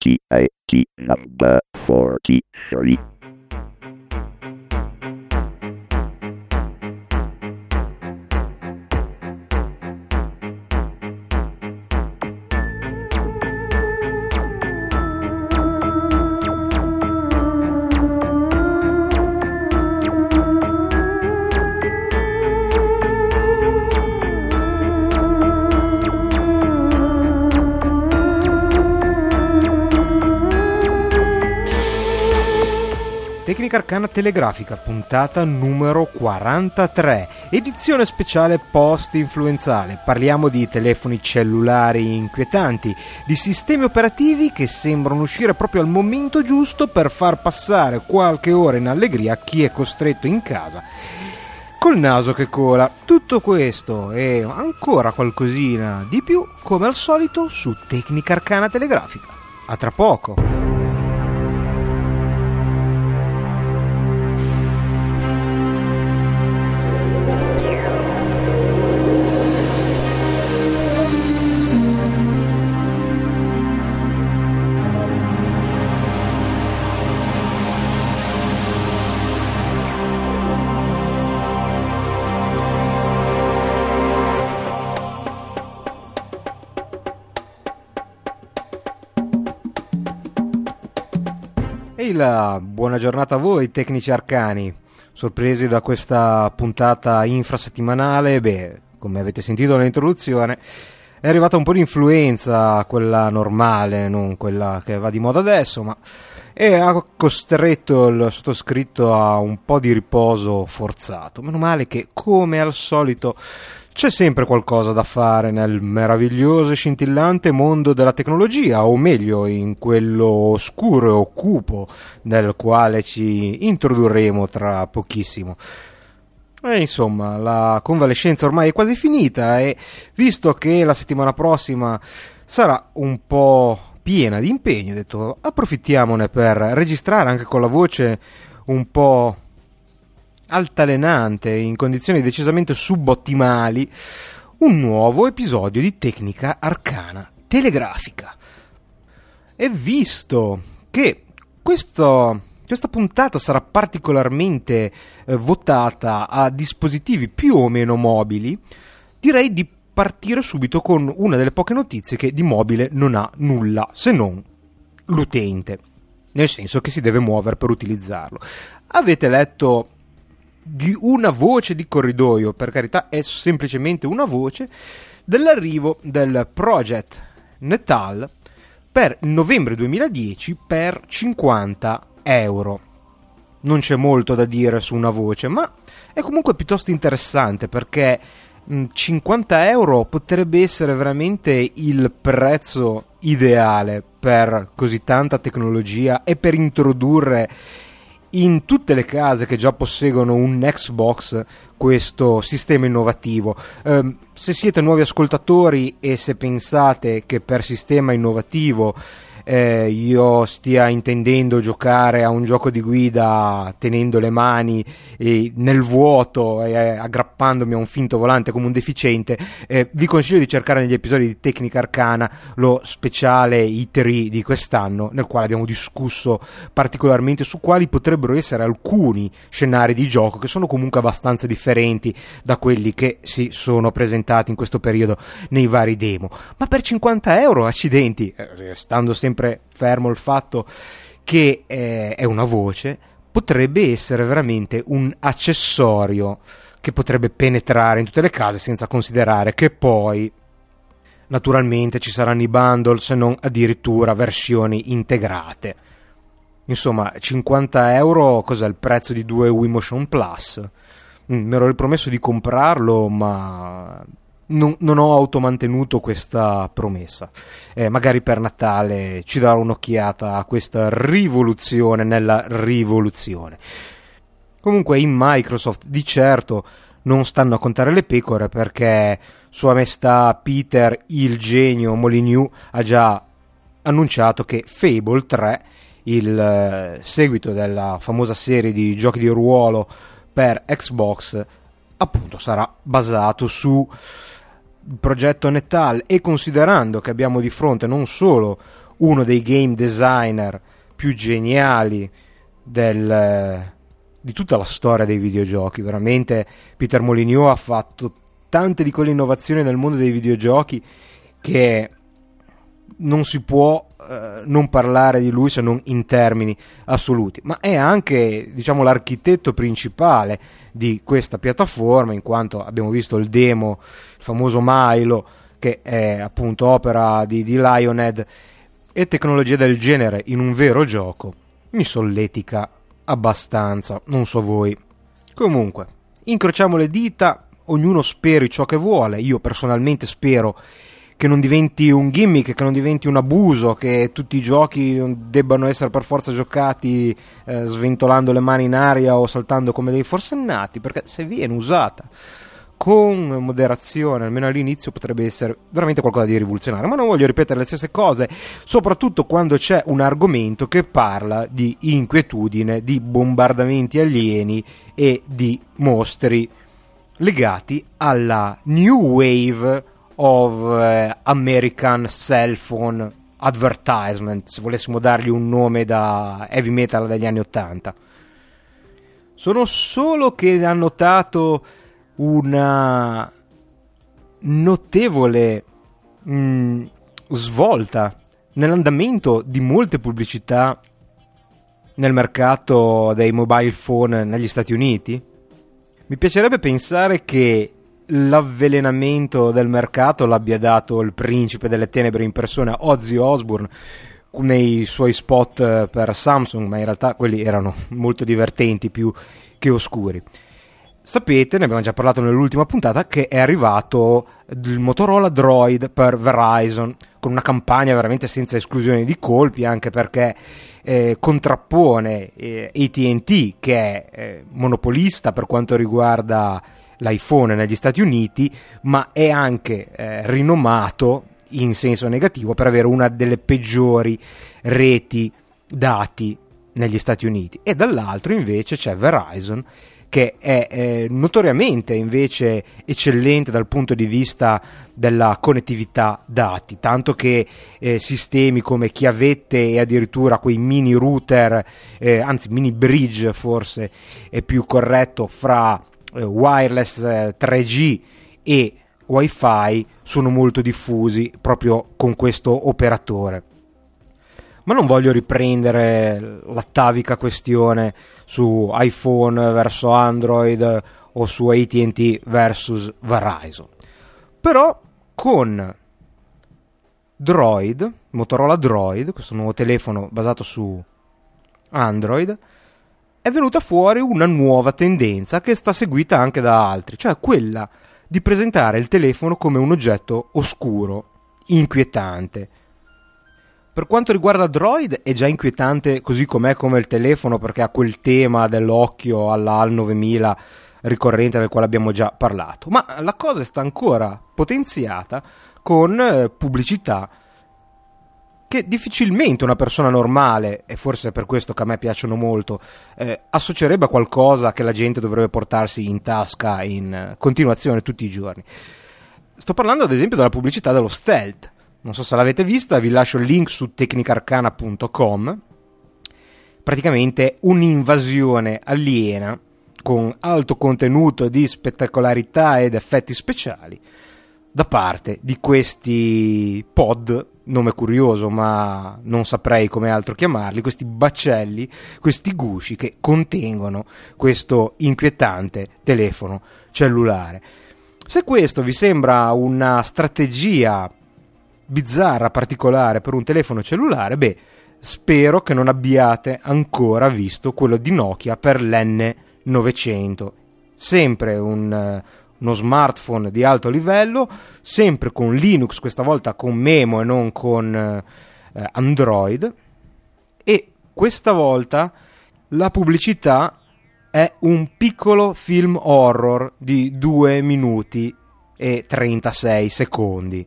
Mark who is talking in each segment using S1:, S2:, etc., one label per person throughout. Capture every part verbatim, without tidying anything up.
S1: T A T number forty-three.
S2: Tecnica Arcana Telegrafica, puntata numero quarantatré, edizione speciale post-influenzale. Parliamo di telefoni cellulari inquietanti, di sistemi operativi che sembrano uscire proprio al momento giusto per far passare qualche ora in allegria a chi è costretto in casa col naso che cola. Tutto questo e ancora qualcosina di più, come al solito, su Tecnica Arcana Telegrafica. A tra poco! E la buona giornata a voi, tecnici arcani. Sorpresi da questa puntata infrasettimanale? Beh, come avete sentito nell'introduzione, è arrivata un po' di influenza, quella normale, non quella che va di moda adesso, ma e ha costretto il sottoscritto a un po' di riposo forzato. Meno male che, come al solito, c'è sempre qualcosa da fare nel meraviglioso e scintillante mondo della tecnologia, o meglio, in quello oscuro e cupo nel quale ci introdurremo tra pochissimo. E insomma, la convalescenza ormai è quasi finita e, visto che la settimana prossima sarà un po' piena di impegni, ho detto approfittiamone per registrare anche con la voce un po' altalenante, in condizioni decisamente subottimali, un nuovo episodio di Tecnica Arcana Telegrafica. E visto che questo, questa puntata sarà particolarmente eh, votata a dispositivi più o meno mobili, direi di partire subito con una delle poche notizie che di mobile non ha nulla se non l'utente, nel senso che si deve muovere per utilizzarlo. Avete letto di una voce di corridoio, per carità è semplicemente una voce, dell'arrivo del Project Natal per novembre duemiladieci per cinquanta euro. Non c'è molto da dire su una voce, ma è comunque piuttosto interessante, perché cinquanta euro potrebbe essere veramente il prezzo ideale per così tanta tecnologia e per introdurre in tutte le case che già posseggono un Xbox questo sistema innovativo. Eh, se siete nuovi ascoltatori e se pensate che per sistema innovativo eh, io stia intendendo giocare a un gioco di guida tenendo le mani eh, nel vuoto e eh, aggrappandomi a un finto volante come un deficiente, eh, vi consiglio di cercare negli episodi di Tecnica Arcana lo speciale I tre di quest'anno, nel quale abbiamo discusso particolarmente su quali potrebbero essere alcuni scenari di gioco che sono comunque abbastanza differenti da quelli che si sono presentati in questo periodo nei vari demo. Ma per cinquanta euro, accidenti, eh, stando sempre fermo il fatto che eh, è una voce, potrebbe essere veramente un accessorio che potrebbe penetrare in tutte le case, senza considerare che poi naturalmente ci saranno i bundle, se non addirittura versioni integrate. Insomma, cinquanta euro, cos'è il prezzo di due Wii Motion Plus? Mm, mi ero ripromesso di comprarlo, ma Non, non ho automantenuto questa promessa. Eh, magari per Natale ci darò un'occhiata a questa rivoluzione nella rivoluzione. Comunque in Microsoft di certo non stanno a contare le pecore, perché Sua Maestà Peter il genio Molyneux ha già annunciato che Fable tre, il eh, seguito della famosa serie di giochi di ruolo per Xbox, appunto sarà basato su il progetto Natal, e considerando che abbiamo di fronte non solo uno dei game designer più geniali del, di tutta la storia dei videogiochi. Veramente Peter Molyneux ha fatto tante di quelle innovazioni nel mondo dei videogiochi che non si può eh, non parlare di lui se non in termini assoluti, ma è anche, diciamo, l'architetto principale di questa piattaforma, in quanto abbiamo visto il demo, il famoso Milo, che è appunto opera di, di Lionhead, e tecnologie del genere in un vero gioco mi solletica abbastanza, non so voi. Comunque, incrociamo le dita, ognuno speri ciò che vuole. Io personalmente spero che non diventi un gimmick, che non diventi un abuso, che tutti i giochi debbano essere per forza giocati eh, sventolando le mani in aria o saltando come dei forsennati, perché se viene usata con moderazione, almeno all'inizio, potrebbe essere veramente qualcosa di rivoluzionario. Ma non voglio ripetere le stesse cose, soprattutto quando c'è un argomento che parla di inquietudine, di bombardamenti alieni e di mostri legati alla New Wave of uh, American Cell Phone Advertisement, se volessimo dargli un nome da heavy metal degli anni ottanta. Sono solo che ha notato una notevole mh, svolta nell'andamento di molte pubblicità nel mercato dei mobile phone negli Stati Uniti. Mi piacerebbe pensare che l'avvelenamento del mercato l'abbia dato il principe delle tenebre in persona, Ozzy Osbourne, nei suoi spot per Samsung, ma in realtà quelli erano molto divertenti più che oscuri. Sapete, ne abbiamo già parlato nell'ultima puntata, che è arrivato il Motorola Droid per Verizon, con una campagna veramente senza esclusione di colpi, anche perché eh, contrappone eh, A T and T, che è eh, monopolista per quanto riguarda l'iPhone negli Stati Uniti, ma è anche eh, rinomato in senso negativo per avere una delle peggiori reti dati negli Stati Uniti. E dall'altro invece c'è Verizon, che è eh, notoriamente invece eccellente dal punto di vista della connettività dati, tanto che eh, sistemi come chiavette e addirittura quei mini router, eh, anzi mini bridge forse è più corretto, fra eh, wireless eh, tre G e Wi-Fi sono molto diffusi proprio con questo operatore. Ma non voglio riprendere l'atavica questione su iPhone verso Android o su A T and T versus Verizon. Però con Droid, Motorola Droid, questo nuovo telefono basato su Android, è venuta fuori una nuova tendenza che sta seguita anche da altri, cioè quella di presentare il telefono come un oggetto oscuro, inquietante. Per quanto riguarda Droid è già inquietante così com'è come il telefono, perché ha quel tema dell'occhio alla HAL novemila ricorrente del quale abbiamo già parlato, ma la cosa sta ancora potenziata con eh, pubblicità che difficilmente una persona normale, e forse è per questo che a me piacciono molto, eh, associerebbe a qualcosa che la gente dovrebbe portarsi in tasca in eh, continuazione tutti i giorni. Sto parlando ad esempio della pubblicità dello stealth. Non so se l'avete vista, vi lascio il link su tecnicarcana punto com. Praticamente un'invasione aliena con alto contenuto di spettacolarità ed effetti speciali da parte di questi pod, nome curioso ma non saprei come altro chiamarli, questi baccelli, questi gusci che contengono questo inquietante telefono cellulare. Se questo vi sembra una strategia bizzarra, particolare per un telefono cellulare, beh, spero che non abbiate ancora visto quello di Nokia per l'N novecento. Sempre un, uno smartphone di alto livello, sempre con Linux, questa volta con Memo e non con eh, Android, e questa volta la pubblicità è un piccolo film horror di due minuti e trentasei secondi.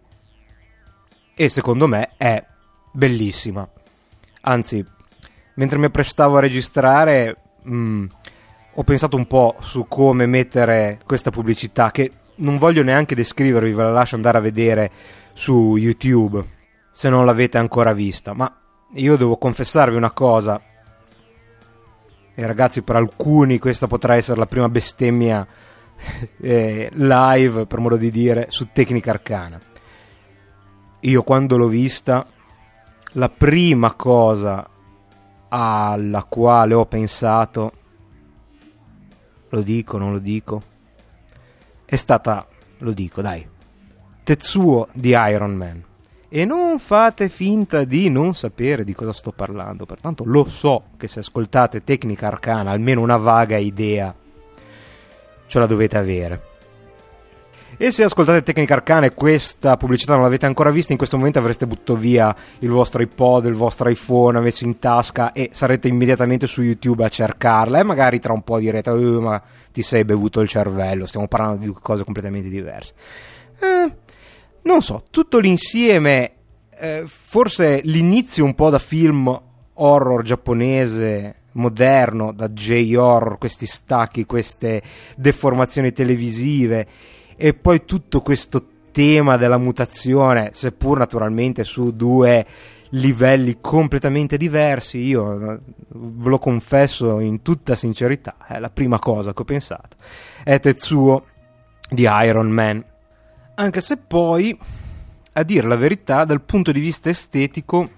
S2: E secondo me è bellissima. Anzi, mentre mi apprestavo a registrare mh, ho pensato un po' su come mettere questa pubblicità, che non voglio neanche descrivervi, ve la lascio andare a vedere su YouTube. se non l'avete ancora vista, ma io devo confessarvi una cosa, e ragazzi, per alcuni questa potrà essere la prima bestemmia eh, live, per modo di dire, su Tecnica Arcana. Io quando l'ho vista, la prima cosa alla quale ho pensato, lo dico, non lo dico, è stata, lo dico dai, Tetsuo di Iron Man. E non fate finta di non sapere di cosa sto parlando, pertanto lo so che se ascoltate Tecnica Arcana almeno una vaga idea ce la dovete avere. E se ascoltate Tecnica Arcana e questa pubblicità non l'avete ancora vista, in questo momento avreste buttato via il vostro iPod, il vostro iPhone, messo in tasca e sarete immediatamente su YouTube a cercarla, e magari tra un po' direte oh, ma ti sei bevuto il cervello, stiamo parlando di cose completamente diverse. Eh, non so, tutto l'insieme, eh, forse l'inizio un po' da film horror giapponese moderno, da J-horror, questi stacchi, queste deformazioni televisive, e poi tutto questo tema della mutazione, seppur naturalmente su due livelli completamente diversi. Io ve lo confesso in tutta sincerità, è la prima cosa che ho pensato è Tetsuo di Iron Man, anche se poi, a dire la verità, dal punto di vista estetico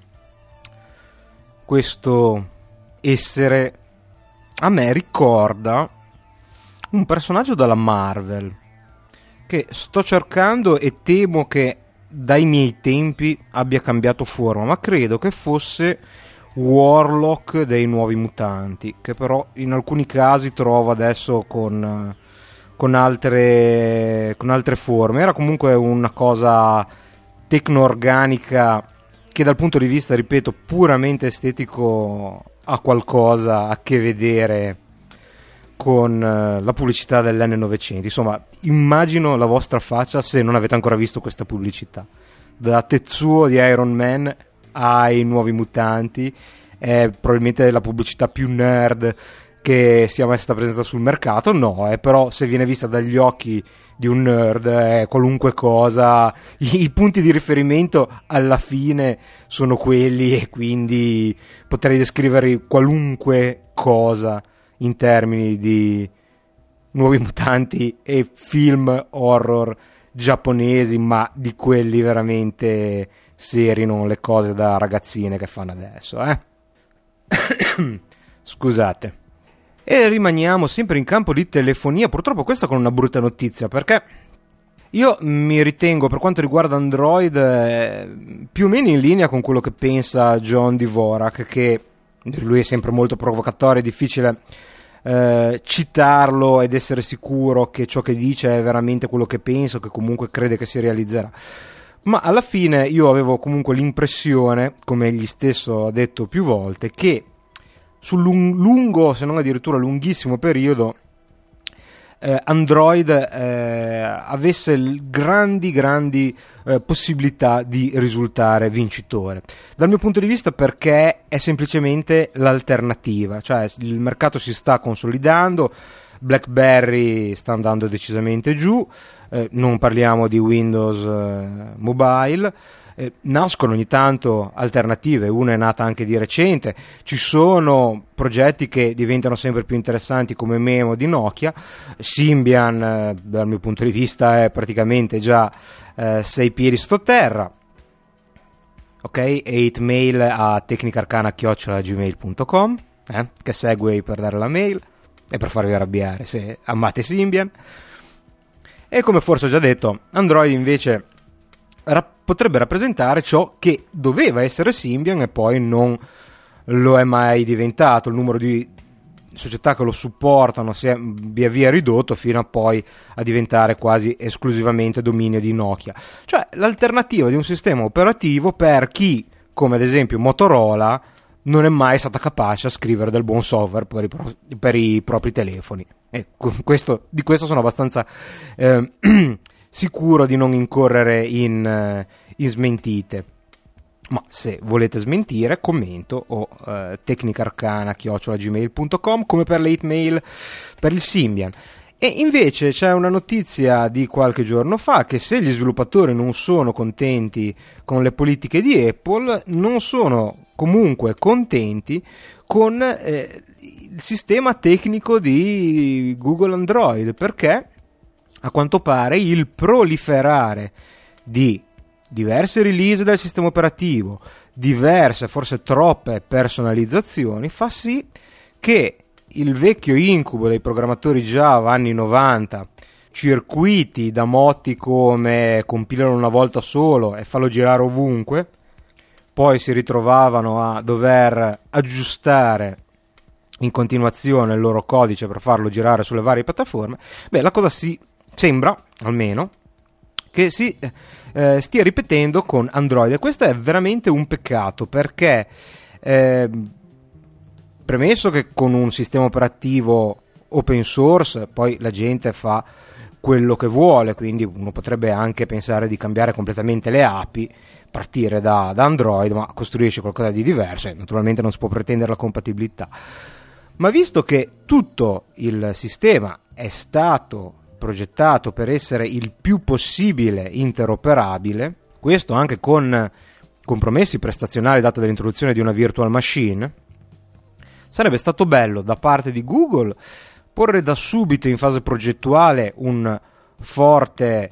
S2: questo essere a me ricorda un personaggio della Marvel che sto cercando e temo che dai miei tempi abbia cambiato forma, ma credo che fosse Warlock dei Nuovi Mutanti, che però in alcuni casi trovo adesso con, con, altre, con altre forme. Era comunque una cosa tecno-organica che dal punto di vista, ripeto, puramente estetico ha qualcosa a che vedere con uh, la pubblicità dell'N novecento. Insomma, immagino la vostra faccia se non avete ancora visto questa pubblicità. Da Tetsuo di Iron Man ai Nuovi Mutanti è probabilmente la pubblicità più nerd che sia mai stata presentata sul mercato. No, eh, però se viene vista dagli occhi di un nerd è qualunque cosa. I, i punti di riferimento alla fine sono quelli, e quindi potrei descrivere qualunque cosa in termini di Nuovi Mutanti e film horror giapponesi, ma di quelli veramente seri, non le cose da ragazzine che fanno adesso, eh? Scusate. E rimaniamo sempre in campo di telefonia, purtroppo questa con una brutta notizia, perché io mi ritengo, per quanto riguarda Android, eh, più o meno in linea con quello che pensa John Dvorak, che lui è sempre molto provocatorio, è difficile eh, citarlo ed essere sicuro che ciò che dice è veramente quello che penso, che comunque crede che si realizzerà. Ma alla fine io avevo comunque l'impressione, come egli stesso ha detto più volte, che sul lungo, se non addirittura lunghissimo periodo, eh, Android eh, avesse grandi grandi eh, possibilità di risultare vincitore. Dal mio punto di vista, perché è semplicemente l'alternativa, cioè il mercato si sta consolidando, BlackBerry sta andando decisamente giù, eh, non parliamo di Windows eh, Mobile. Eh, nascono ogni tanto alternative, una è nata anche di recente, ci sono progetti che diventano sempre più interessanti come Memo di Nokia. Symbian eh, dal mio punto di vista è praticamente già eh, sei piedi sottoterra, ok? E mail a tecnicarcana chiocciola gmail punto com, eh? Che segue per dare la mail e per farvi arrabbiare se amate Symbian. E come forse ho già detto, Android invece rap- potrebbe rappresentare ciò che doveva essere Symbian e poi non lo è mai diventato. Il numero di società che lo supportano si è via via ridotto fino a poi a diventare quasi esclusivamente dominio di Nokia, cioè l'alternativa di un sistema operativo per chi, come ad esempio Motorola, non è mai stata capace a scrivere del buon software per i, pro- per i propri telefoni. E questo, di questo sono abbastanza eh, sicuro di non incorrere in, in smentite. Ma se volete smentire, commento o eh, tecnicarcana chiocciola gmail punto com, come per le hit mail per il Symbian. E invece c'è una notizia di qualche giorno fa che se gli sviluppatori non sono contenti con le politiche di Apple, non sono comunque contenti con eh, il sistema tecnico di Google Android, perché a quanto pare il proliferare di diverse release del sistema operativo, diverse, forse troppe personalizzazioni, fa sì che il vecchio incubo dei programmatori Java anni novanta, circuiti da motti come compilano una volta solo e fallo girare ovunque, poi si ritrovavano a dover aggiustare in continuazione il loro codice per farlo girare sulle varie piattaforme. Beh, la cosa si sembra, almeno, che si eh, stia ripetendo con Android, e questo è veramente un peccato, perché eh, premesso che con un sistema operativo open source poi la gente fa quello che vuole, quindi uno potrebbe anche pensare di cambiare completamente le A P I, partire da, da Android, ma costruisce qualcosa di diverso e naturalmente non si può pretendere la compatibilità. Ma visto che tutto il sistema è stato progettato per essere il più possibile interoperabile, questo anche con compromessi prestazionali dati dall'introduzione di una virtual machine, sarebbe stato bello da parte di Google porre da subito in fase progettuale un forte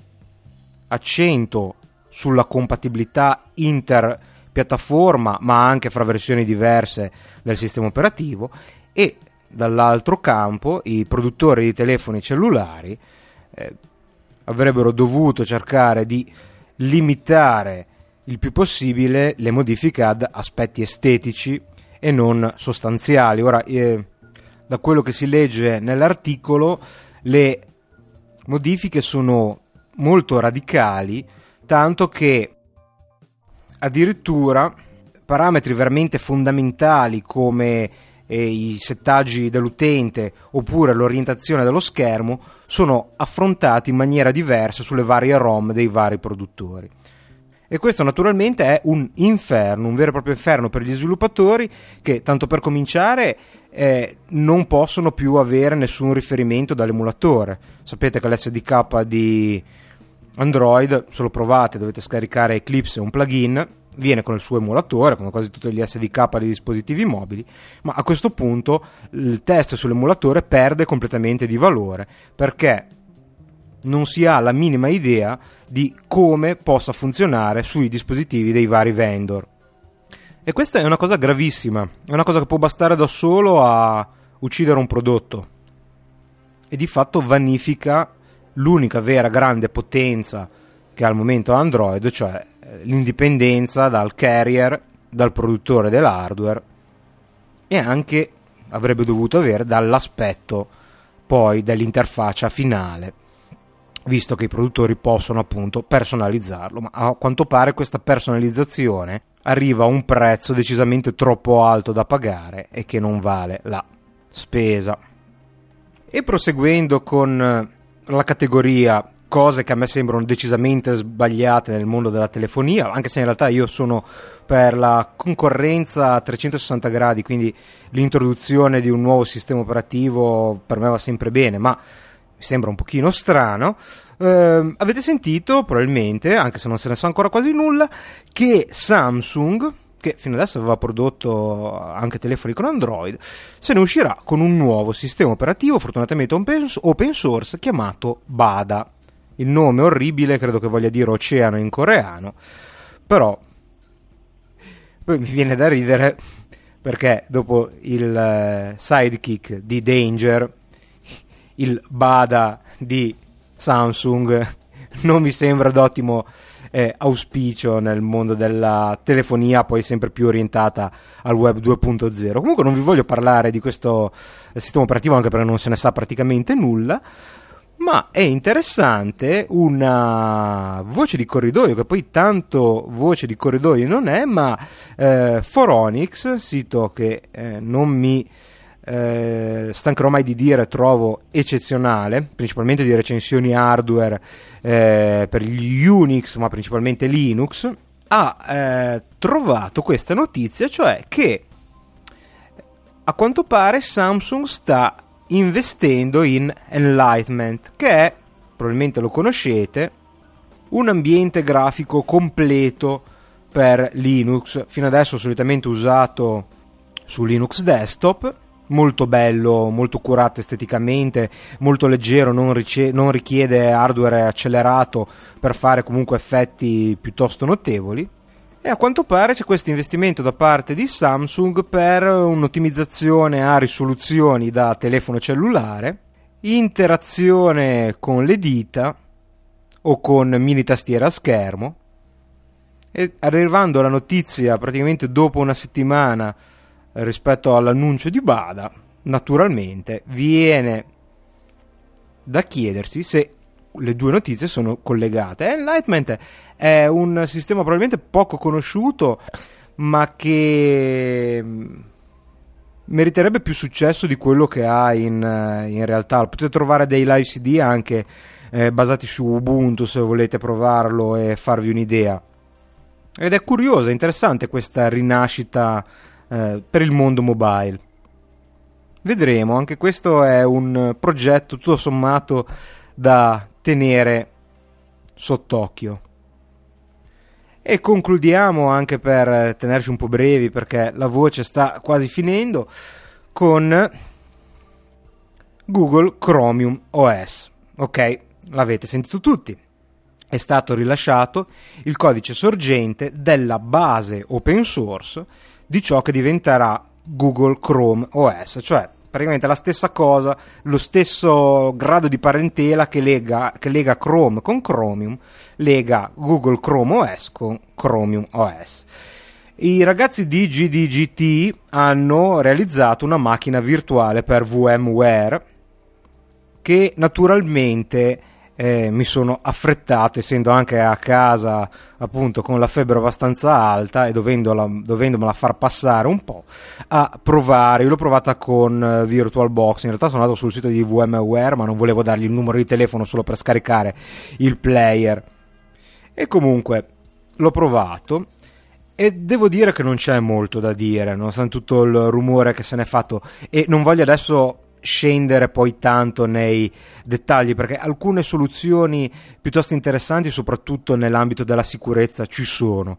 S2: accento sulla compatibilità interpiattaforma, ma anche fra versioni diverse del sistema operativo, e dall'altro campo i produttori di telefoni cellulari eh, avrebbero dovuto cercare di limitare il più possibile le modifiche ad aspetti estetici e non sostanziali. Ora, eh, da quello che si legge nell'articolo, le modifiche sono molto radicali, tanto che addirittura parametri veramente fondamentali come eh, i settaggi dell'utente oppure l'orientazione dello schermo sono affrontati in maniera diversa sulle varie ROM dei vari produttori. E questo naturalmente è un inferno, un vero e proprio inferno per gli sviluppatori, che tanto per cominciare eh, non possono più avere nessun riferimento dall'emulatore. Sapete che l'S D K di Android, se lo provate dovete scaricare Eclipse, un plugin, viene con il suo emulatore, come quasi tutti gli S D K dei dispositivi mobili, ma a questo punto il test sull'emulatore perde completamente di valore, perché non si ha la minima idea di come possa funzionare sui dispositivi dei vari vendor. E questa è una cosa gravissima, è una cosa che può bastare da solo a uccidere un prodotto e di fatto vanifica l'unica vera grande potenza che al momento ha Android, cioè l'indipendenza dal carrier, dal produttore dell'hardware, e anche avrebbe dovuto avere dall'aspetto poi dell'interfaccia finale, visto che i produttori possono appunto personalizzarlo, ma a quanto pare questa personalizzazione arriva a un prezzo decisamente troppo alto da pagare e che non vale la spesa. E proseguendo con la categoria cose che a me sembrano decisamente sbagliate nel mondo della telefonia, anche se in realtà io sono per la concorrenza a trecentosessanta gradi, quindi l'introduzione di un nuovo sistema operativo per me va sempre bene, ma mi sembra un pochino strano. Eh, avete sentito probabilmente, anche se non se ne sa ancora quasi nulla, che Samsung, che fino adesso aveva prodotto anche telefoni con Android, se ne uscirà con un nuovo sistema operativo, fortunatamente open source, chiamato Bada. Il nome orribile, credo che voglia dire oceano in coreano, però poi mi viene da ridere perché dopo il eh, sidekick di Danger, il Bada di Samsung non mi sembra d'ottimo eh, auspicio nel mondo della telefonia, poi sempre più orientata al web due punto zero. Comunque non vi voglio parlare di questo sistema operativo, anche perché non se ne sa praticamente nulla, ma è interessante una voce di corridoio, che poi tanto voce di corridoio non è, ma eh, Phoronix, sito che eh, non mi eh, stancherò mai di dire, trovo eccezionale, principalmente di recensioni hardware eh, per gli Unix, ma principalmente Linux, ha eh, trovato questa notizia, cioè che a quanto pare Samsung sta investendo in Enlightenment, che è, probabilmente lo conoscete, un ambiente grafico completo per Linux, fino adesso solitamente usato su Linux desktop, molto bello, molto curato esteticamente, molto leggero, non, rice- non richiede hardware accelerato per fare comunque effetti piuttosto notevoli. E a quanto pare c'è questo investimento da parte di Samsung per un'ottimizzazione a risoluzioni da telefono cellulare, interazione con le dita o con mini tastiera a schermo, e arrivando la notizia praticamente dopo una settimana rispetto all'annuncio di Bada, naturalmente viene da chiedersi se le due notizie sono collegate. Enlightenment è un sistema probabilmente poco conosciuto, ma che meriterebbe più successo di quello che ha in, in realtà. Potete trovare dei live C D anche eh, basati su Ubuntu, se volete provarlo e farvi un'idea. Ed è curiosa, interessante questa rinascita eh, per il mondo mobile. Vedremo, anche questo è un progetto tutto sommato da tenere sott'occhio. E concludiamo, anche per tenerci un po' brevi perché la voce sta quasi finendo, con Google Chromium O S. Ok, l'avete sentito tutti. È stato rilasciato il codice sorgente della base open source di ciò che diventerà Google Chrome O S, cioè praticamente la stessa cosa, lo stesso grado di parentela che lega, che lega Chrome con Chromium, lega Google Chrome O S con Chromium O S. I ragazzi di G D G T hanno realizzato una macchina virtuale per VMware che naturalmente Eh, mi sono affrettato, essendo anche a casa appunto con la febbre abbastanza alta e dovendola, dovendomela far passare un po', a provare. Io l'ho provata con uh, VirtualBox. In realtà sono andato sul sito di VMware, ma non volevo dargli il numero di telefono solo per scaricare il player, e comunque l'ho provato e devo dire che non c'è molto da dire, nonostante tutto il rumore che se n'è fatto, e non voglio adesso scendere poi tanto nei dettagli perché alcune soluzioni piuttosto interessanti, soprattutto nell'ambito della sicurezza, ci sono.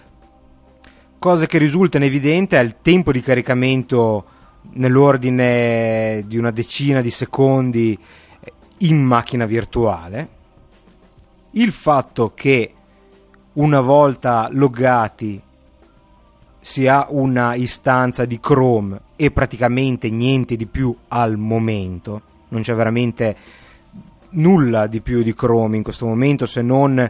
S2: Cose che risultano evidenti è il tempo di caricamento nell'ordine di una decina di secondi in macchina virtuale, il fatto che una volta loggati si ha una istanza di Chrome e praticamente niente di più al momento. Non c'è veramente nulla di più di Chrome in questo momento, se non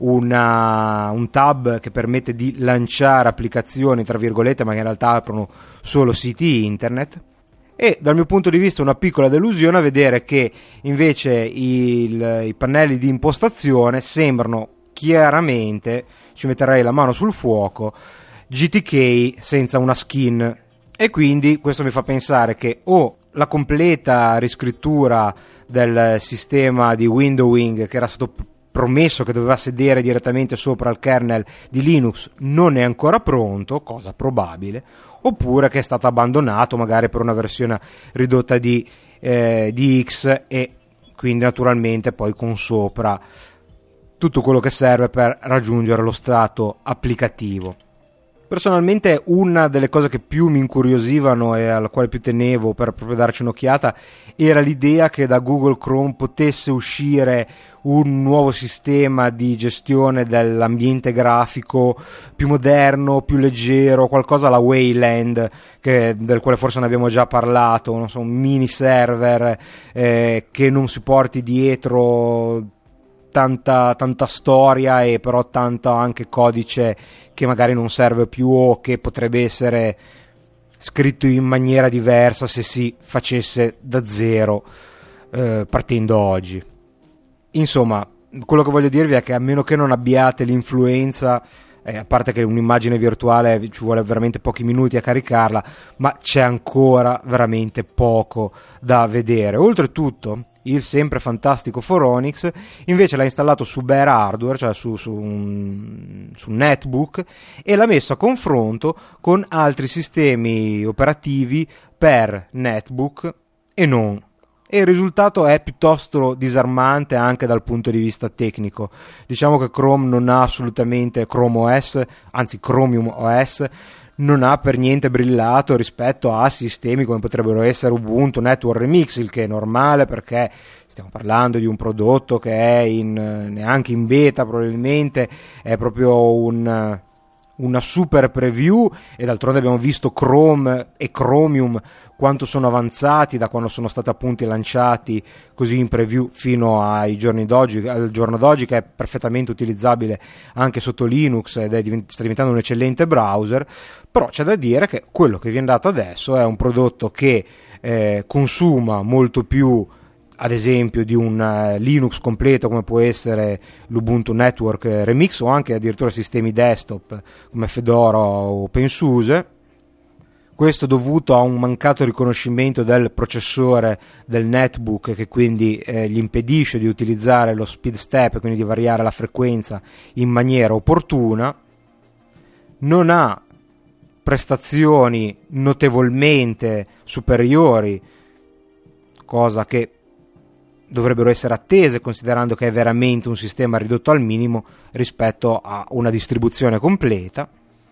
S2: una, un tab che permette di lanciare applicazioni tra virgolette, ma che in realtà aprono solo siti internet. E dal mio punto di vista una piccola delusione a vedere che invece il, i pannelli di impostazione sembrano chiaramente, ci metterei la mano sul fuoco, G T K senza una skin, e quindi questo mi fa pensare che o la completa riscrittura del sistema di windowing che era stato promesso che doveva sedere direttamente sopra il kernel di Linux non è ancora pronto, cosa probabile, oppure che è stato abbandonato magari per una versione ridotta di, eh, di X, e quindi naturalmente poi con sopra tutto quello che serve per raggiungere lo stato applicativo. Personalmente una delle cose che più mi incuriosivano e alla quale più tenevo per proprio darci un'occhiata era l'idea che da Google Chrome potesse uscire un nuovo sistema di gestione dell'ambiente grafico più moderno, più leggero, qualcosa alla Wayland, che, del quale forse ne abbiamo già parlato, non so, un mini server eh, che non si porti dietro tanta, tanta storia e però tanto anche codice che magari non serve più o che potrebbe essere scritto in maniera diversa se si facesse da zero eh, partendo oggi. Insomma, quello che voglio dirvi è che a meno che non abbiate l'influenza, eh, a parte che un'immagine virtuale ci vuole veramente pochi minuti a caricarla, ma c'è ancora veramente poco da vedere. Oltretutto il sempre fantastico Phoronix invece l'ha installato su bare hardware, cioè su, su, un, su un netbook, e l'ha messo a confronto con altri sistemi operativi per netbook e non. E il risultato è piuttosto disarmante anche dal punto di vista tecnico. Diciamo che Chrome non ha assolutamente, Chrome O S, anzi Chromium O S, non ha per niente brillato rispetto a sistemi come potrebbero essere Ubuntu, Network Remix, il che è normale perché stiamo parlando di un prodotto che è in, neanche in beta probabilmente, è proprio un... una super preview, e d'altronde abbiamo visto Chrome e Chromium quanto sono avanzati da quando sono stati appunto lanciati così in preview fino ai giorni d'oggi, al giorno d'oggi, che è perfettamente utilizzabile anche sotto Linux ed è divent- sta diventando un eccellente browser. Però c'è da dire che quello che viene dato adesso è un prodotto che eh, consuma molto più, ad esempio, di un uh, Linux completo come può essere l'Ubuntu Network Remix, o anche addirittura sistemi desktop come Fedora o OpenSUSE. Questo dovuto a un mancato riconoscimento del processore del netbook, che quindi eh, gli impedisce di utilizzare lo speed step, quindi di variare la frequenza in maniera opportuna. Non ha prestazioni notevolmente superiori, cosa che dovrebbero essere attese considerando che è veramente un sistema ridotto al minimo rispetto a una distribuzione completa,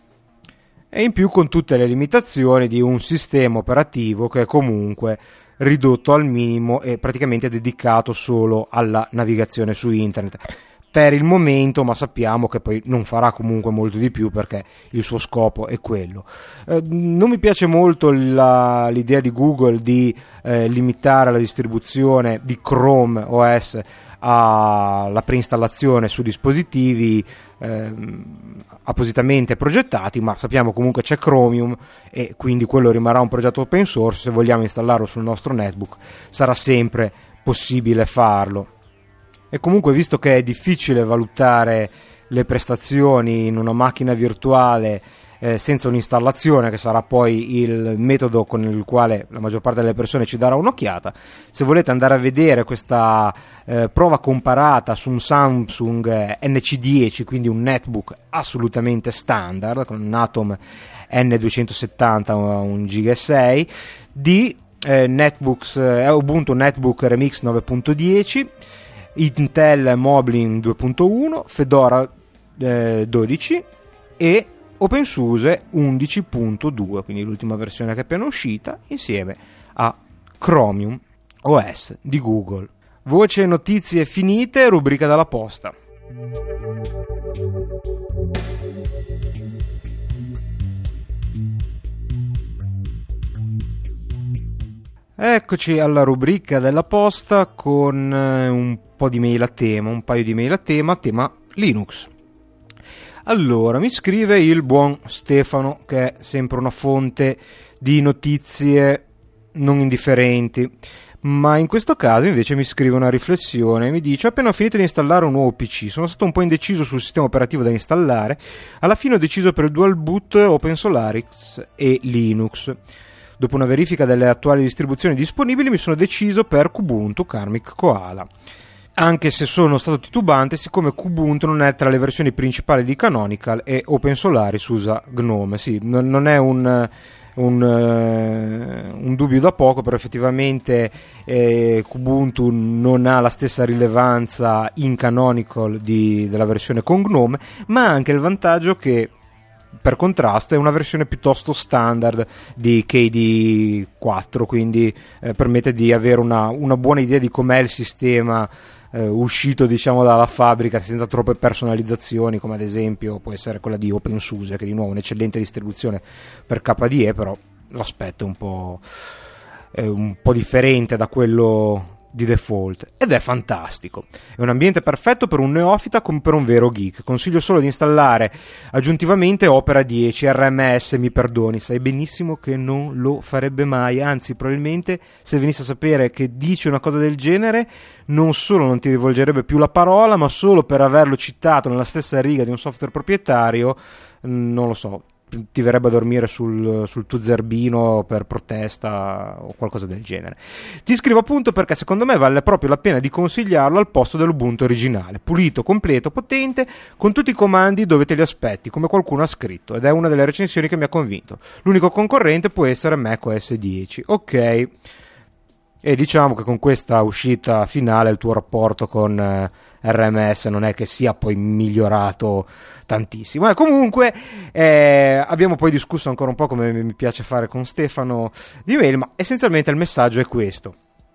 S2: e in più con tutte le limitazioni di un sistema operativo che è comunque ridotto al minimo e praticamente dedicato solo alla navigazione su internet per il momento, ma sappiamo che poi non farà comunque molto di più perché il suo scopo è quello. Eh, non mi piace molto la, l'idea di Google di eh, limitare la distribuzione di Chrome O S alla preinstallazione su dispositivi eh, appositamente progettati, ma sappiamo comunque c'è Chromium e quindi quello rimarrà un progetto open source. Se vogliamo installarlo sul nostro netbook sarà sempre possibile farlo. E comunque, visto che è difficile valutare le prestazioni in una macchina virtuale eh, senza un'installazione, che sarà poi il metodo con il quale la maggior parte delle persone ci darà un'occhiata, se volete andare a vedere questa eh, prova comparata su un Samsung N C dieci, quindi un netbook assolutamente standard con un Atom N duecentosettanta, un giga e sei di eh, netbooks eh, Ubuntu Netbook Remix nove punto dieci, Intel Moblin due punto uno, Fedora eh, dodici e OpenSUSE undici punto due, quindi l'ultima versione che è appena uscita, insieme a Chromium O S di Google. Voce notizie finite, rubrica dalla posta. Eccoci alla rubrica della posta con un po' di mail a tema, un paio di mail a tema, tema Linux. Allora, mi scrive il buon Stefano, che è sempre una fonte di notizie non indifferenti, ma in questo caso invece mi scrive una riflessione. Mi dice: ho appena finito di installare un nuovo P C, sono stato un po' indeciso sul sistema operativo da installare, alla fine ho deciso per il dual boot OpenSolaris e Linux. Dopo una verifica delle attuali distribuzioni disponibili mi sono deciso per Kubuntu Karmic Koala, anche se sono stato titubante siccome Kubuntu non è tra le versioni principali di Canonical e OpenSolaris usa Gnome. Sì, non, non è un, un, uh, un dubbio da poco, però effettivamente eh, Kubuntu non ha la stessa rilevanza in Canonical di, della versione con Gnome, ma ha anche il vantaggio che per contrasto è una versione piuttosto standard di K D quattro, quindi eh, permette di avere una, una buona idea di com'è il sistema eh, uscito diciamo dalla fabbrica senza troppe personalizzazioni, come ad esempio può essere quella di OpenSUSE, che di nuovo è un'eccellente distribuzione per K D E, però l'aspetto è un po', è un po' differente da quello di default ed è fantastico. È un ambiente perfetto per un neofita come per un vero geek. Consiglio solo di installare aggiuntivamente Opera dieci. R M S mi perdoni, sai benissimo che non lo farebbe mai, anzi probabilmente se venisse a sapere che dici una cosa del genere non solo non ti rivolgerebbe più la parola, ma solo per averlo citato nella stessa riga di un software proprietario, non lo so, ti verrebbe a dormire sul, sul tuo zerbino per protesta o qualcosa del genere. Ti scrivo appunto perché secondo me vale proprio la pena di consigliarlo al posto dell'Ubuntu originale, pulito, completo, potente, con tutti i comandi dove te li aspetti, come qualcuno ha scritto, ed è una delle recensioni che mi ha convinto. L'unico concorrente può essere macOS dieci. Ok, e diciamo che con questa uscita finale il tuo rapporto con eh, R M S non è che sia poi migliorato tantissimo. Eh, comunque eh, abbiamo poi discusso ancora un po', come mi piace fare con Stefano, di mail, ma essenzialmente il messaggio è questo: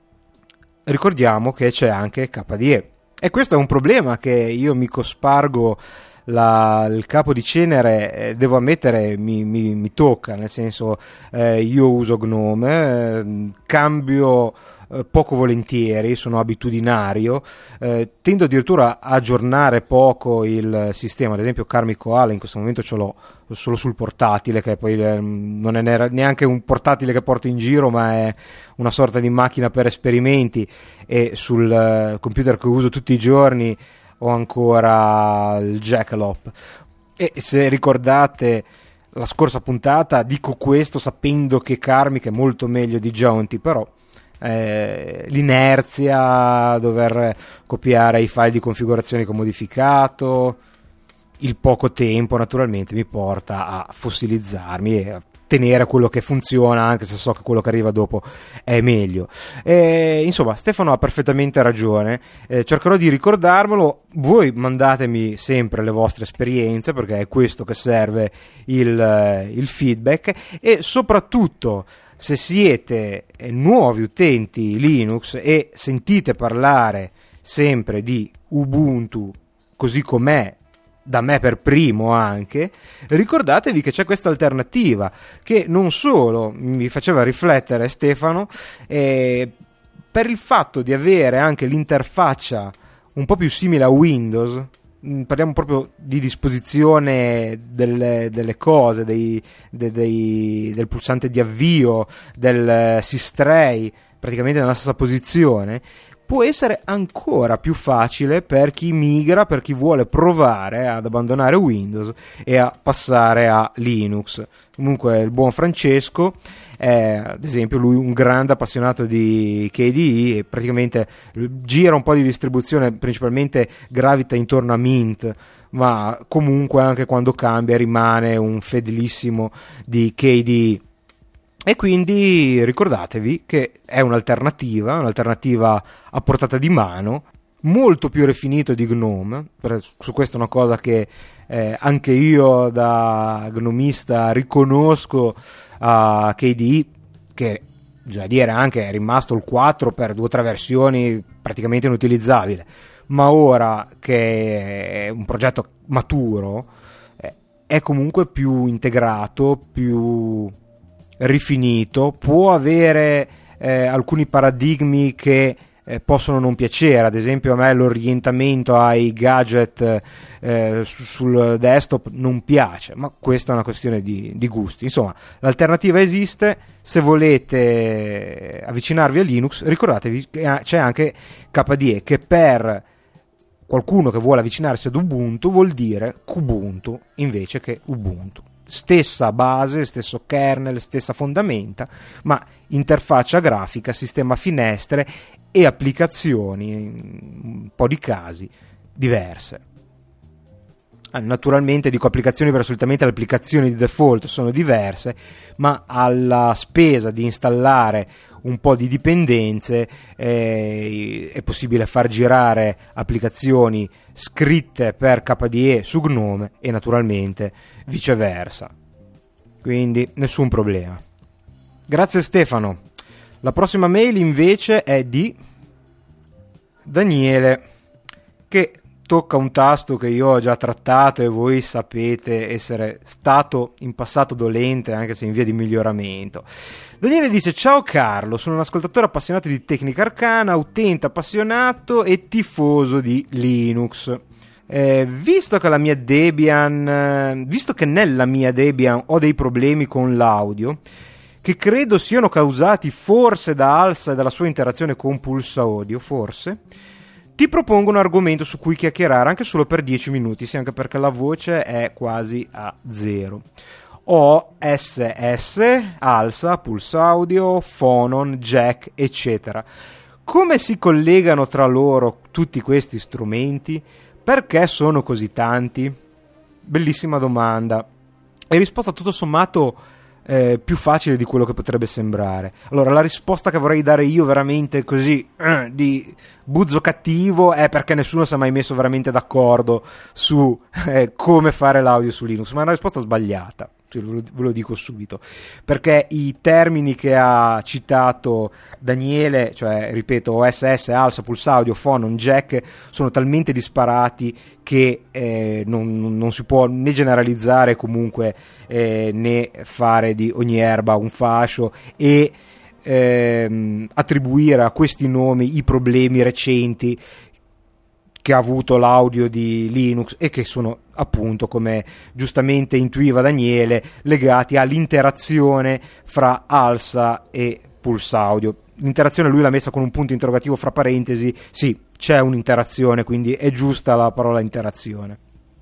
S2: ricordiamo che c'è anche K D E, e questo è un problema che io mi cospargo la, il capo di cenere, eh, devo ammettere mi, mi, mi tocca, nel senso eh, io uso Gnome, eh, cambio eh, poco volentieri, sono abitudinario, eh, tendo addirittura a aggiornare poco il sistema. Ad esempio Karmic Koala in questo momento ce l'ho solo sul portatile, che poi eh, non è neanche un portatile che porto in giro, ma è una sorta di macchina per esperimenti, e sul eh, computer che uso tutti i giorni ho ancora il Jackalope. E se ricordate la scorsa puntata, dico questo sapendo che Karmic è molto meglio di Jaunty, però eh, l'inerzia, dover copiare i file di configurazione che ho modificato, il poco tempo naturalmente mi porta a fossilizzarmi e a tenere quello che funziona, anche se so che quello che arriva dopo è meglio. E, insomma, Stefano ha perfettamente ragione, eh, cercherò di ricordarmelo. Voi mandatemi sempre le vostre esperienze, perché è questo che serve il, il feedback, e soprattutto se siete nuovi utenti Linux e sentite parlare sempre di Ubuntu così com'è, da me per primo anche, ricordatevi che c'è questa alternativa che non solo mi faceva riflettere Stefano, eh, per il fatto di avere anche l'interfaccia un po' più simile a Windows. Parliamo proprio di disposizione delle, delle cose, dei, dei, dei, del pulsante di avvio, del systray, praticamente nella stessa posizione. Può essere ancora più facile per chi migra, per chi vuole provare ad abbandonare Windows e a passare a Linux. Comunque il buon Francesco è, ad esempio, lui un grande appassionato di K D E e praticamente gira un po' di distribuzione, principalmente gravita intorno a Mint, ma comunque anche quando cambia rimane un fedelissimo di K D E. E quindi ricordatevi che è un'alternativa, un'alternativa a portata di mano, molto più rifinito di Gnome. Per, su questa è una cosa che eh, anche io da gnomista riconosco a K D E, che bisogna dire anche è rimasto il quattro per due o tre versioni praticamente inutilizzabile, ma ora che è un progetto maturo eh, è comunque più integrato, più rifinito, può avere eh, alcuni paradigmi che eh, possono non piacere. Ad esempio a me l'orientamento ai gadget eh, sul desktop non piace, ma questa è una questione di, di gusti. Insomma, l'alternativa esiste. Se volete avvicinarvi a Linux, ricordatevi che c'è anche K D E, che per qualcuno che vuole avvicinarsi ad Ubuntu vuol dire Kubuntu invece che Ubuntu. Stessa base, stesso kernel, stessa fondamenta, ma interfaccia grafica, sistema finestre e applicazioni, in un po' di casi, diverse. Naturalmente dico applicazioni perché solitamente le applicazioni di default sono diverse, ma alla spesa di installare un po' di dipendenze eh, è possibile far girare applicazioni scritte per K D E su Gnome e naturalmente viceversa, quindi nessun problema. Grazie Stefano. La prossima mail invece è di Daniele, che tocca un tasto che io ho già trattato e voi sapete essere stato in passato dolente, anche se in via di miglioramento. Daniele dice: ciao Carlo, sono un ascoltatore appassionato di Tecnica Arcana, utente appassionato e tifoso di Linux. Eh, visto che la mia Debian eh, visto che nella mia Debian ho dei problemi con l'audio che credo siano causati forse da Alsa e dalla sua interazione con Pulse Audio, forse ti propongo un argomento su cui chiacchierare anche solo per dieci minuti, sì, anche perché la voce è quasi a zero. Ho S S, Alsa, Pulse Audio, Phonon, Jack, eccetera. Come si collegano tra loro tutti questi strumenti? Perché sono così tanti? Bellissima domanda. E risposta tutto sommato eh, più facile di quello che potrebbe sembrare. Allora, la risposta che vorrei dare io veramente così eh, di buzzo cattivo è perché nessuno si è mai messo veramente d'accordo su eh, come fare l'audio su Linux, ma è una risposta sbagliata. Ve lo dico subito, perché i termini che ha citato Daniele, cioè ripeto O S S, ALSA, Pulse Audio, Phonon, Jack, sono talmente disparati che eh, non, non si può né generalizzare comunque eh, né fare di ogni erba un fascio e ehm, attribuire a questi nomi i problemi recenti che ha avuto l'audio di Linux e che sono appunto, come giustamente intuiva Daniele, legati all'interazione fra ALSA e Pulse Audio. L'interazione lui l'ha messa con un punto interrogativo fra parentesi, sì, c'è un'interazione, quindi è giusta la parola interazione.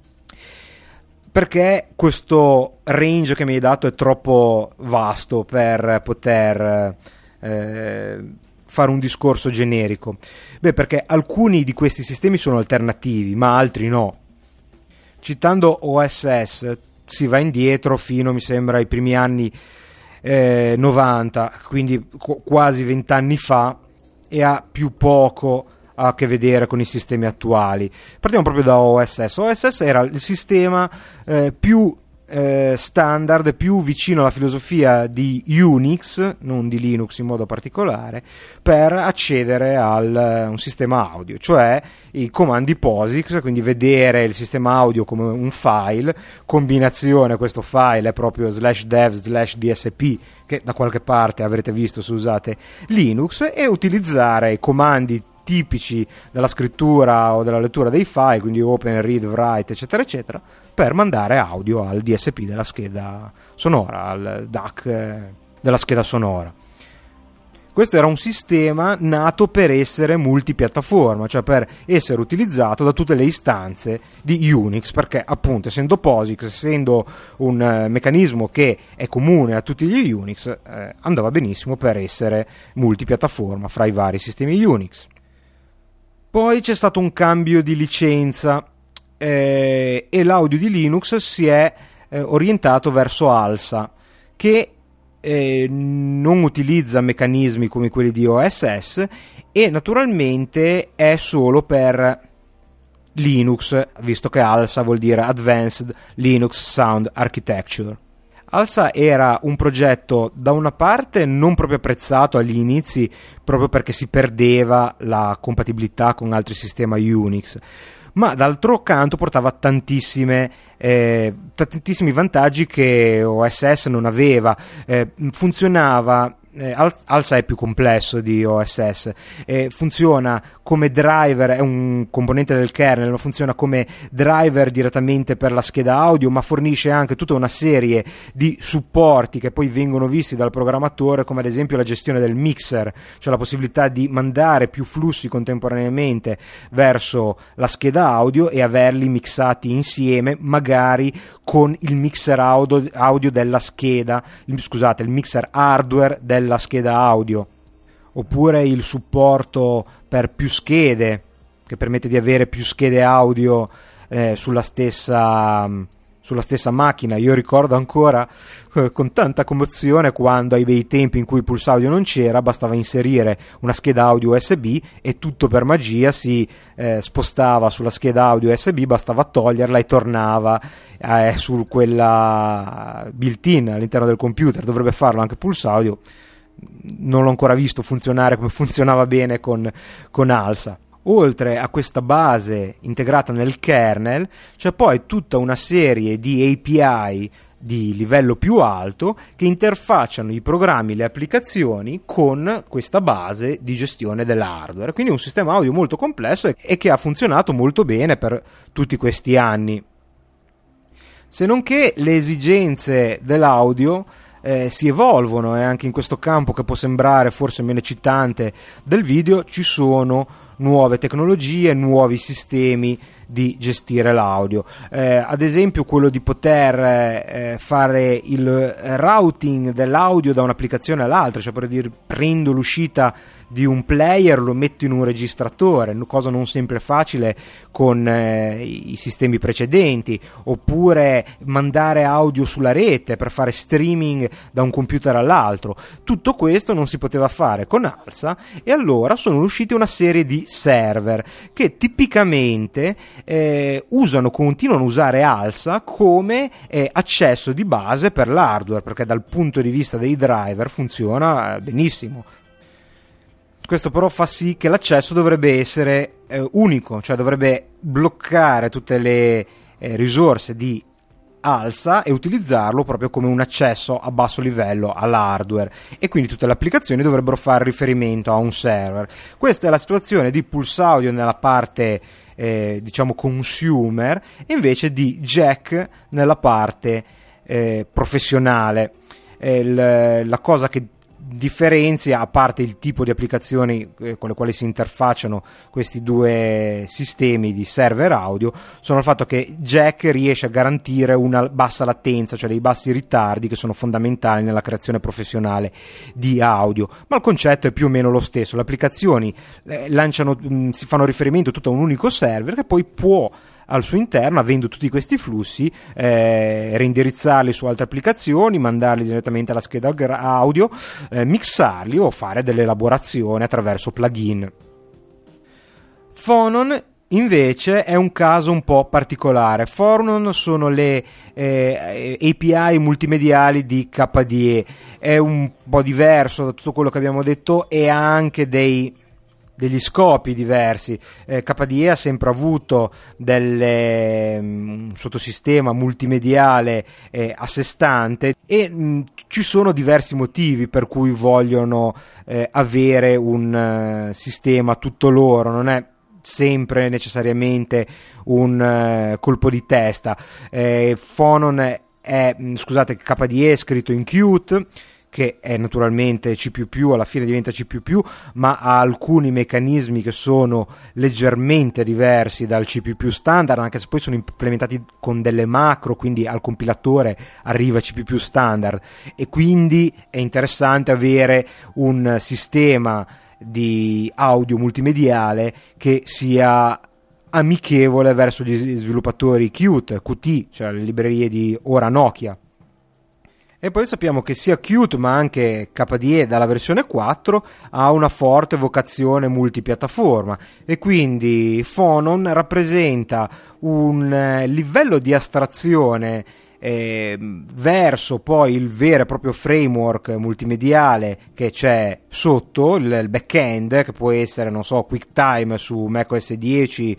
S2: Perché questo range che mi hai dato è troppo vasto per poter eh, fare un discorso generico? Beh, perché alcuni di questi sistemi sono alternativi, ma altri no. Citando O S S si va indietro fino, mi sembra, ai primi anni eh, novanta, quindi qu- quasi vent'anni fa, e ha più poco a che vedere con i sistemi attuali. Partiamo proprio da O S S. O S S era il sistema eh, più Eh, standard, più vicino alla filosofia di Unix, non di Linux in modo particolare, per accedere a un sistema audio, cioè i comandi POSIX, quindi vedere il sistema audio come un file, combinazione, questo file è proprio slash dev slash dsp, che da qualche parte avrete visto se usate Linux, e utilizzare i comandi tipici della scrittura o della lettura dei file, quindi open, read, write, eccetera eccetera, per mandare audio al D S P della scheda sonora, al D A C della scheda sonora. Questo era un sistema nato per essere multipiattaforma, cioè per essere utilizzato da tutte le istanze di Unix, perché appunto essendo POSIX, essendo un uh, meccanismo che è comune a tutti gli Unix, eh, andava benissimo per essere multipiattaforma fra i vari sistemi Unix. Poi c'è stato un cambio di licenza eh, e l'audio di Linux si è eh, orientato verso ALSA, che eh, non utilizza meccanismi come quelli di O S S e naturalmente è solo per Linux, visto che ALSA vuol dire Advanced Linux Sound Architecture. ALSA era un progetto da una parte non proprio apprezzato agli inizi, proprio perché si perdeva la compatibilità con altri sistemi Unix, ma d'altro canto portava tantissime, eh, tantissimi vantaggi che O S S non aveva. Eh, funzionava Eh, ALSA è più complesso di O S S, eh, funziona come driver, è un componente del kernel, ma funziona come driver direttamente per la scheda audio, ma fornisce anche tutta una serie di supporti che poi vengono visti dal programmatore, come ad esempio la gestione del mixer, cioè la possibilità di mandare più flussi contemporaneamente verso la scheda audio e averli mixati insieme, magari con il mixer audio, audio della scheda, scusate, il mixer hardware della la scheda audio, oppure il supporto per più schede, che permette di avere più schede audio eh, sulla stessa sulla stessa macchina. Io ricordo ancora eh, con tanta commozione quando ai bei tempi in cui Pulse Audio non c'era, bastava inserire una scheda audio U S B e tutto per magia si eh, spostava sulla scheda audio U S B, bastava toglierla e tornava eh, su quella built-in all'interno del computer. Dovrebbe farlo anche Pulse Audio. Non l'ho ancora visto funzionare come funzionava bene con, con ALSA. Oltre a questa base integrata nel kernel, c'è poi tutta una serie di A P I di livello più alto che interfacciano i programmi, le applicazioni con questa base di gestione dell'hardware. Quindi un sistema audio molto complesso e che ha funzionato molto bene per tutti questi anni. Se non che le esigenze dell'audio Eh, si evolvono, e anche in questo campo, che può sembrare forse meno eccitante del video, ci sono nuove tecnologie, nuovi sistemi di gestire l'audio, eh, ad esempio quello di poter eh, fare il routing dell'audio da un'applicazione all'altra, cioè per dire prendo l'uscita di un player, lo metto in un registratore, cosa non sempre facile con eh, i sistemi precedenti, oppure mandare audio sulla rete per fare streaming da un computer all'altro. Tutto questo non si poteva fare con ALSA, e allora sono usciti una serie di server che tipicamente eh, usano, continuano a usare ALSA come eh, accesso di base per l'hardware, perché dal punto di vista dei driver funziona benissimo. Questo però fa sì che l'accesso dovrebbe essere eh, unico, cioè dovrebbe bloccare tutte le eh, risorse di ALSA e utilizzarlo proprio come un accesso a basso livello all'hardware, e quindi tutte le applicazioni dovrebbero fare riferimento a un server. Questa è la situazione di Pulse Audio nella parte eh, diciamo consumer, e invece di Jack nella parte eh, professionale. Eh, il, la cosa che differenzia, a parte il tipo di applicazioni eh, con le quali si interfacciano questi due sistemi di server audio, sono il fatto che Jack riesce a garantire una bassa latenza, cioè dei bassi ritardi che sono fondamentali nella creazione professionale di audio, ma il concetto è più o meno lo stesso. Le applicazioni eh, lanciano, mh, si fanno riferimento tutto a un unico server che poi può al suo interno, avendo tutti questi flussi, eh, reindirizzarli su altre applicazioni, mandarli direttamente alla scheda audio, eh, mixarli o fare delle elaborazioni attraverso plugin. Phonon invece è un caso un po' particolare. Phonon sono le eh, A P I multimediali di K D E, è un po' diverso da tutto quello che abbiamo detto e ha anche dei degli scopi diversi. eh, K D E ha sempre avuto delle, um, un sottosistema multimediale eh, a sé stante, e mh, ci sono diversi motivi per cui vogliono eh, avere un uh, sistema tutto loro. Non è sempre necessariamente un uh, colpo di testa. eh, Phonon è, è scusate K D E è scritto in Qt, che è naturalmente C più più, alla fine diventa C più più, ma ha alcuni meccanismi che sono leggermente diversi dal C più più standard, anche se poi sono implementati con delle macro, quindi al compilatore arriva C più più standard, e quindi è interessante avere un sistema di audio multimediale che sia amichevole verso gli sviluppatori Qt, Qt, cioè le librerie di ora Nokia. E poi sappiamo che sia Qt ma anche K D E dalla versione quattro ha una forte vocazione multipiattaforma, e quindi Phonon rappresenta un eh, livello di astrazione eh, verso poi il vero e proprio framework multimediale che c'è sotto, il, il back-end, che può essere, non so, QuickTime su macOS dieci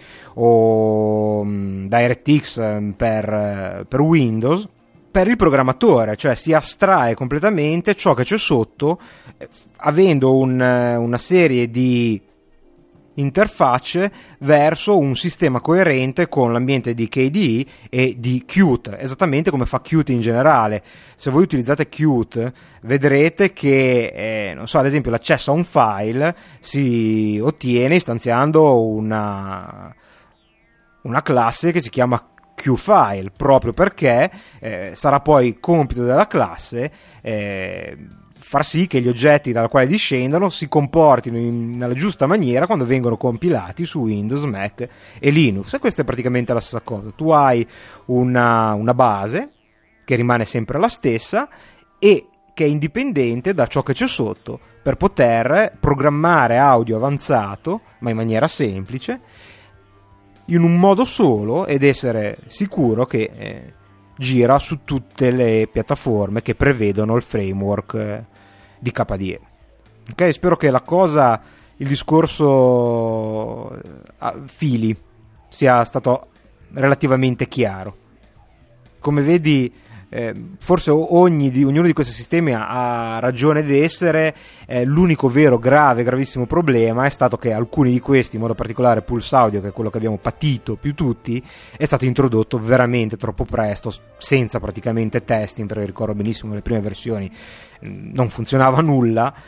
S2: o um, DirectX per, per Windows, per il programmatore, cioè si astrae completamente ciò che c'è sotto, eh, avendo un, una serie di interfacce verso un sistema coerente con l'ambiente di K D E e di Qt, esattamente come fa Qt in generale. Se voi utilizzate Qt vedrete che eh, non so, ad esempio l'accesso a un file si ottiene istanziando una, una classe che si chiama QFile, proprio perché eh, sarà poi compito della classe eh, far sì che gli oggetti dalla quale discendono si comportino in, nella giusta maniera quando vengono compilati su Windows, Mac e Linux. E questa è praticamente la stessa cosa. Tu hai una, una base che rimane sempre la stessa e che è indipendente da ciò che c'è sotto, per poter programmare audio avanzato ma in maniera semplice, in un modo solo, ed essere sicuro che eh, gira su tutte le piattaforme che prevedono il framework eh, di K D E. Ok, spero che la cosa, il discorso eh, fili, sia stato relativamente chiaro. Come vedi, eh, forse ogni di, ognuno di questi sistemi ha, ha ragione d'essere. Eh, l'unico vero grave, gravissimo problema è stato che alcuni di questi, in modo particolare Pulse Audio, che è quello che abbiamo patito più tutti, è stato introdotto veramente troppo presto, senza praticamente testing, perché ricordo benissimo le prime versioni non funzionava nulla,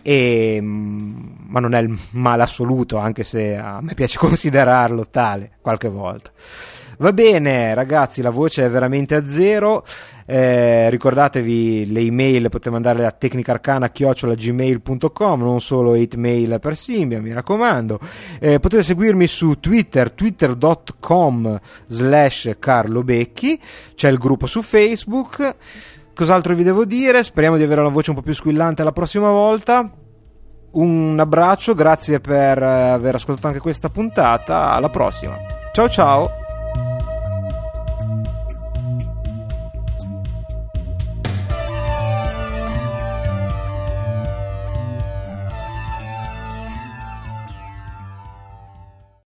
S2: e, ma non è il male assoluto, anche se a me piace considerarlo tale qualche volta. Va bene ragazzi, la voce è veramente a zero. Eh, ricordatevi le email, potete mandarle a tecnicarcana chiocciola gmail punto com, non solo hate mail per Symbian, mi raccomando. Eh, potete seguirmi su Twitter, twitter punto com slash Carlo Becchi, c'è il gruppo su Facebook. Cos'altro vi devo dire? Speriamo di avere una voce un po' più squillante la prossima volta. Un abbraccio, grazie per aver ascoltato anche questa puntata, alla prossima, ciao ciao.